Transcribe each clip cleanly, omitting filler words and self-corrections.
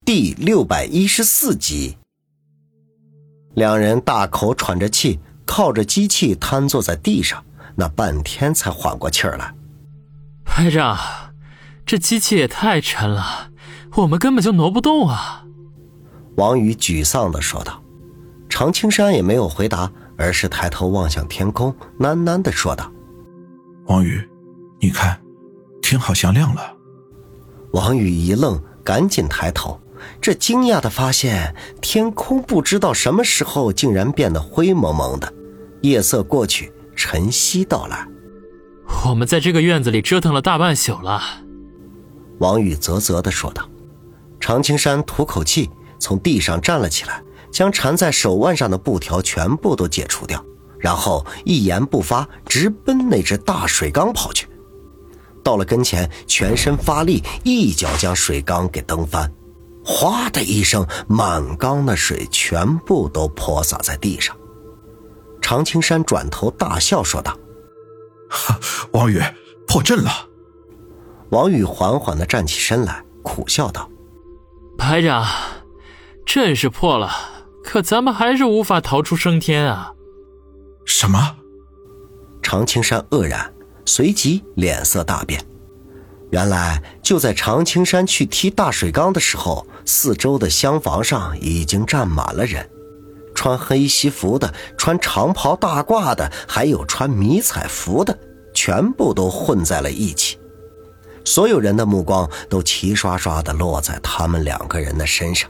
第614集。两人大口喘着气，靠着机器瘫坐在地上，那半天才缓过气儿来。 排长，这机器也太沉了，我们根本就挪不动啊。 王宇沮丧地说道。常青山也没有回答，而是抬头望向天空，喃喃地说道： 王宇，你看，天好像亮了。 王宇一愣，赶紧抬头，这惊讶地发现天空不知道什么时候竟然变得灰蒙蒙的，夜色过去，晨曦到来。 我们在这个院子里折腾了大半宿了。 王宇啧啧地说道。常青山吐口气，从地上站了起来，将缠在手腕上的布条全部都解除掉，然后一言不发，直奔那只大水缸跑去。到了跟前，全身发力，一脚将水缸给蹬翻，哗的一声，满缸的水全部都泼洒在地上。常青山转头大笑说道： 王宇，破阵了。 王宇缓缓地站起身来，苦笑道： 排长，阵是破了，可咱们还是无法逃出升天啊。 什么？ 常青山愕然，随即脸色大变。原来就在常青山去踢大水缸的时候，四周的厢房上已经站满了人，穿黑西服的，穿长袍大褂的，还有穿迷彩服的，全部都混在了一起。所有人的目光都齐刷刷地落在他们两个人的身上。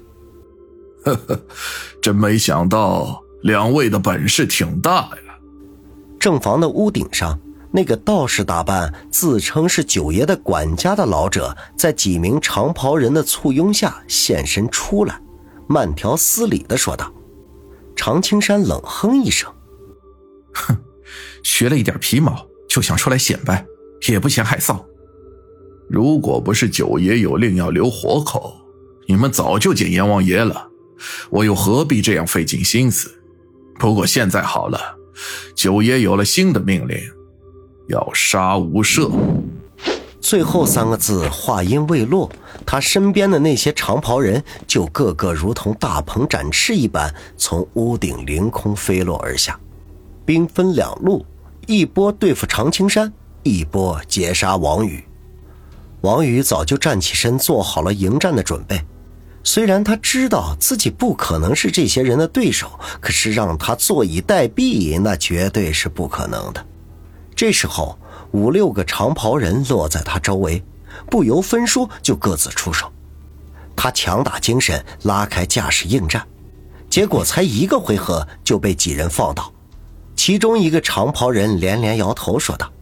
真没想到两位的本事挺大呀。 正房的屋顶上，那个道士打扮自称是九爷的管家的老者，在几名长袍人的簇拥下现身出来，慢条斯理地说道。常青山冷哼一声： 哼，学了一点皮毛就想出来显摆，也不嫌害臊。如果不是九爷有令要留活口，你们早就见阎王爷了，我又何必这样费尽心思。不过现在好了，九爷有了新的命令，要杀无赦。 最后三个字话音未落，他身边的那些长袍人就个个如同大鹏展翅一般，从屋顶凌空飞落而下，兵分两路，一波对付常青山，一波截杀王宇。王宇早就站起身，做好了迎战的准备。虽然他知道自己不可能是这些人的对手，可是让他坐以待毙，那绝对是不可能的。这时候5、6个长袍人落在他周围，不由分说就各自出手。他强打精神，拉开架势应战，结果才1个回合就被几人放倒。其中一个长袍人连连摇头说道：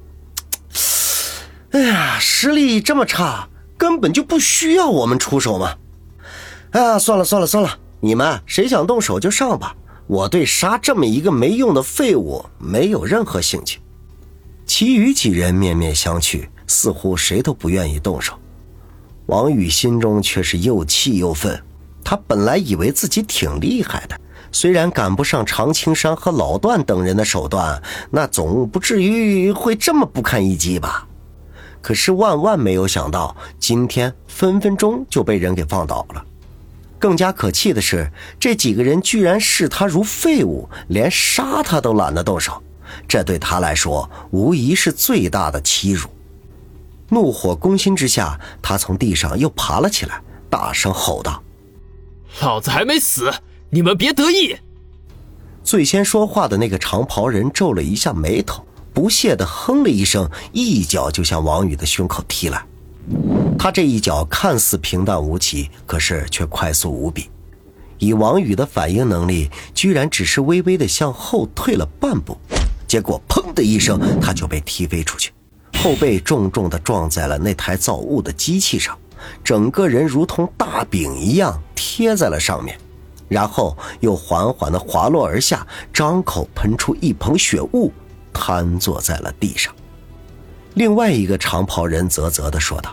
哎呀，实力这么差，根本就不需要我们出手嘛。算了，你们谁想动手就上吧，我对杀这么一个没用的废物没有任何兴趣。其余几人面面相觑，似乎谁都不愿意动手。王宇心中却是又气又愤，他本来以为自己挺厉害的，虽然赶不上常青山和老段等人的手段，那总不至于会这么不堪一击吧。可是万万没有想到，今天分分钟就被人给放倒了。更加可气的是，这几个人居然视他如废物，连杀他都懒得动手，这对他来说无疑是最大的欺辱。怒火攻心之下，他从地上又爬了起来，大声吼道： 老子还没死，你们别得意。 最先说话的那个长袍人皱了一下眉头，不屑地哼了一声，一脚就向王宇的胸口踢来。他这一脚看似平淡无奇，可是却快速无比。以王宇的反应能力，居然只是微微地向后退了半步，结果砰的一声，他就被踢飞出去，后背重重地撞在了那台造物的机器上，整个人如同大饼一样贴在了上面，然后又缓缓地滑落而下，张口喷出一捧血雾，瘫坐在了地上。另外一个长袍人啧啧地说道：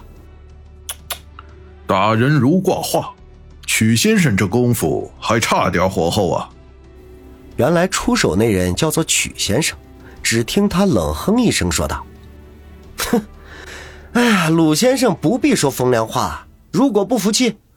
大人如挂画，曲先生这功夫还差点火候啊。 原来出手那人叫做曲先生，只听他冷哼一声说道：哼，哎呀，鲁先生不必说风凉话，如果不服气，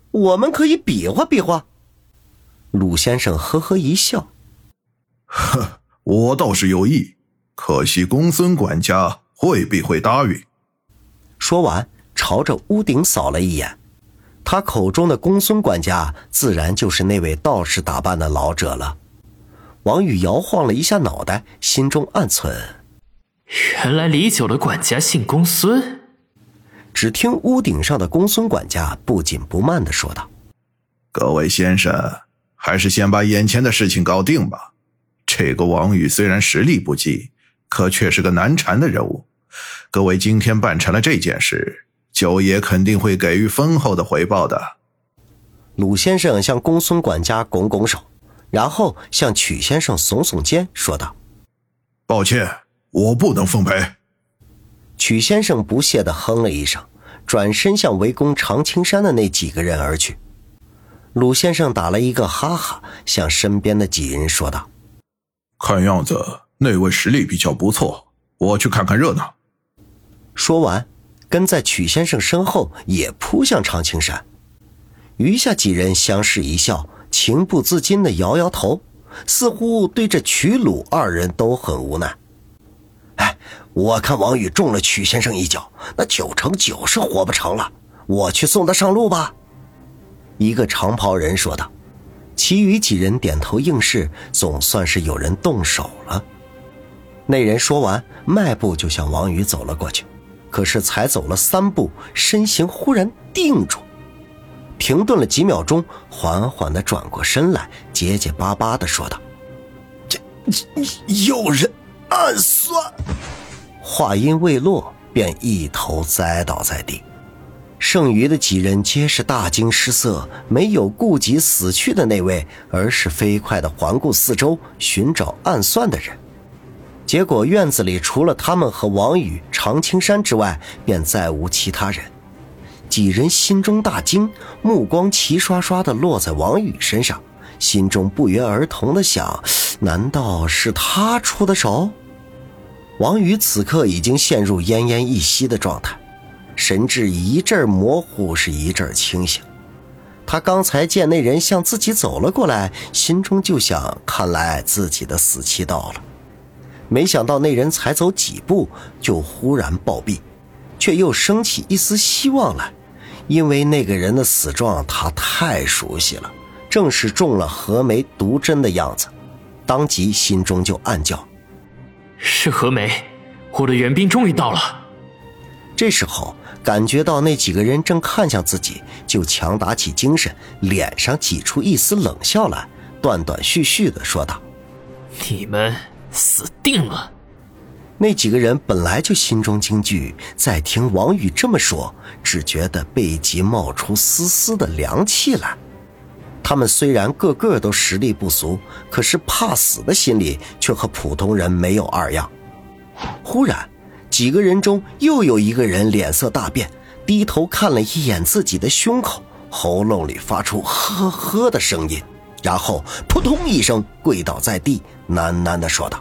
我们可以比划比划。鲁先生呵呵一笑， 呵，我倒是有意，可惜公孙管家未必会答应。 说完朝着屋顶扫了一眼，他口中的公孙管家自然就是那位道士打扮的老者了。王宇摇晃了一下脑袋，心中暗忖， 原来李九的管家姓公孙。 只听屋顶上的公孙管家不紧不慢地说道， 各位先生，还是先把眼前的事情搞定吧。这个王宇虽然实力不济，可却是个难缠的人物。各位今天办成了这件事，九爷肯定会给予丰厚的回报的。 鲁先生向公孙管家拱拱手，然后向曲先生耸耸肩说道， 抱歉，我不能奉陪。 曲先生不屑地哼了一声，转身向围攻常青山的那几个人而去。鲁先生打了一个哈哈，向身边的几人说道， 看样子那位实力比较不错，我去看看热闹。 说完跟在曲先生身后也扑向常青山。余下几人相视一笑，情不自禁地摇摇头，似乎对这曲鲁二人都很无奈。我看王宇中了曲先生一脚，那9成9是活不成了，我去送他上路吧。一个长袍人说道，其余几人点头应是，总算是有人动手了。那人说完，迈步就向王宇走了过去，可是才走了3步，身形忽然定住，停顿了几秒钟，缓缓地转过身来，结结巴巴地说道，这有人暗算。话音未落，便一头栽倒在地。剩余的几人皆是大惊失色，没有顾及死去的那位，而是飞快地环顾四周，寻找暗算的人。结果院子里除了他们和王宇、常青山之外，便再无其他人。几人心中大惊，目光齐刷刷地落在王宇身上，心中不约而同地想，难道是他出的手？王宇此刻已经陷入奄奄一息的状态，神志一阵模糊，是一阵清醒。他刚才见那人向自己走了过来，心中就想，看来自己的死期到了。没想到那人才走几步就忽然暴毙，却又升起一丝希望来，因为那个人的死状他太熟悉了，正是中了何梅毒针的样子。当即心中就暗叫， 是何梅，我的援兵终于到了。 这时候感觉到那几个人正看向自己，就强打起精神，脸上挤出一丝冷笑来，断断续续地说道， 你们死定了。 那几个人本来就心中惊惧，再听王宇这么说，只觉得背脊冒出丝丝的凉气来。他们虽然个个都实力不俗，可是怕死的心理却和普通人没有二样。忽然几个人中又有一个人脸色大变，低头看了一眼自己的胸口，喉咙里发出呵呵的声音，然后扑通一声跪倒在地，喃喃地说道，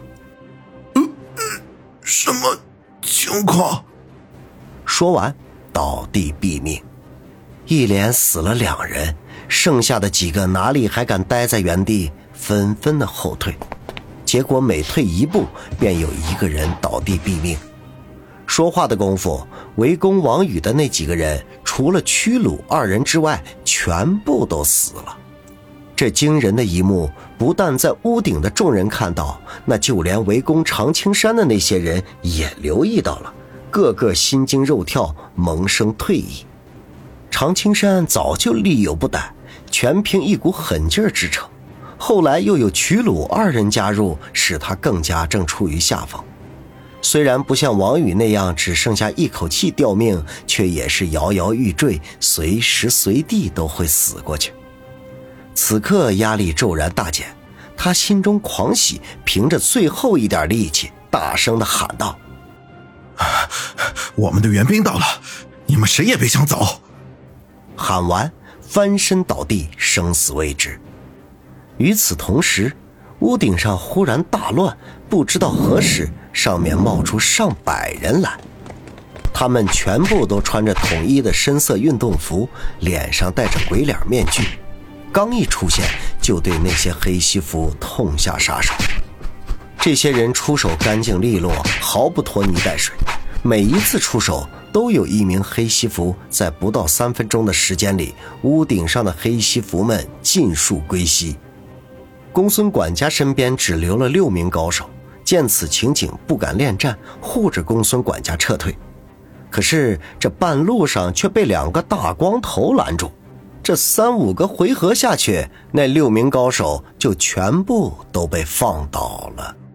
什么情况？ 说完倒地毙命。一连死了2人，剩下的几个哪里还敢待在原地，纷纷的后退。结果每退一步，便有一个人倒地毙命。说话的功夫，围攻王宇的那几个人，除了屈鲁2人之外，全部都死了。这惊人的一幕不但在屋顶的众人看到，那就连围攻常青山的那些人也留意到了，个个心惊肉跳，萌生退意。常青山早就力有不逮，全凭一股狠劲儿支撑，后来又有曲鲁2人加入，使他更加正处于下风。虽然不像王宇那样只剩下一口气吊命，却也是摇摇欲坠，随时随地都会死过去。此刻压力骤然大减，他心中狂喜，凭着最后一点力气大声地喊道， 我们的援兵到了，你们谁也别想走。 喊完翻身倒地，生死未知。与此同时，屋顶上忽然大乱，不知道何时上面冒出上百人来。 他们全部都穿着统一的深色运动服，脸上戴着鬼脸面具，刚一出现就对那些黑西服痛下杀手。这些人出手干净利落，毫不拖泥带水，每一次出手都有一名黑西服在不到3分钟的时间里，屋顶上的黑西服们尽数归西。公孙管家身边只留了6名高手，见此情景不敢恋战，护着公孙管家撤退。可是这半路上却被2个大光头拦住，这3、5个回合下去，那6名高手就全部都被放倒了。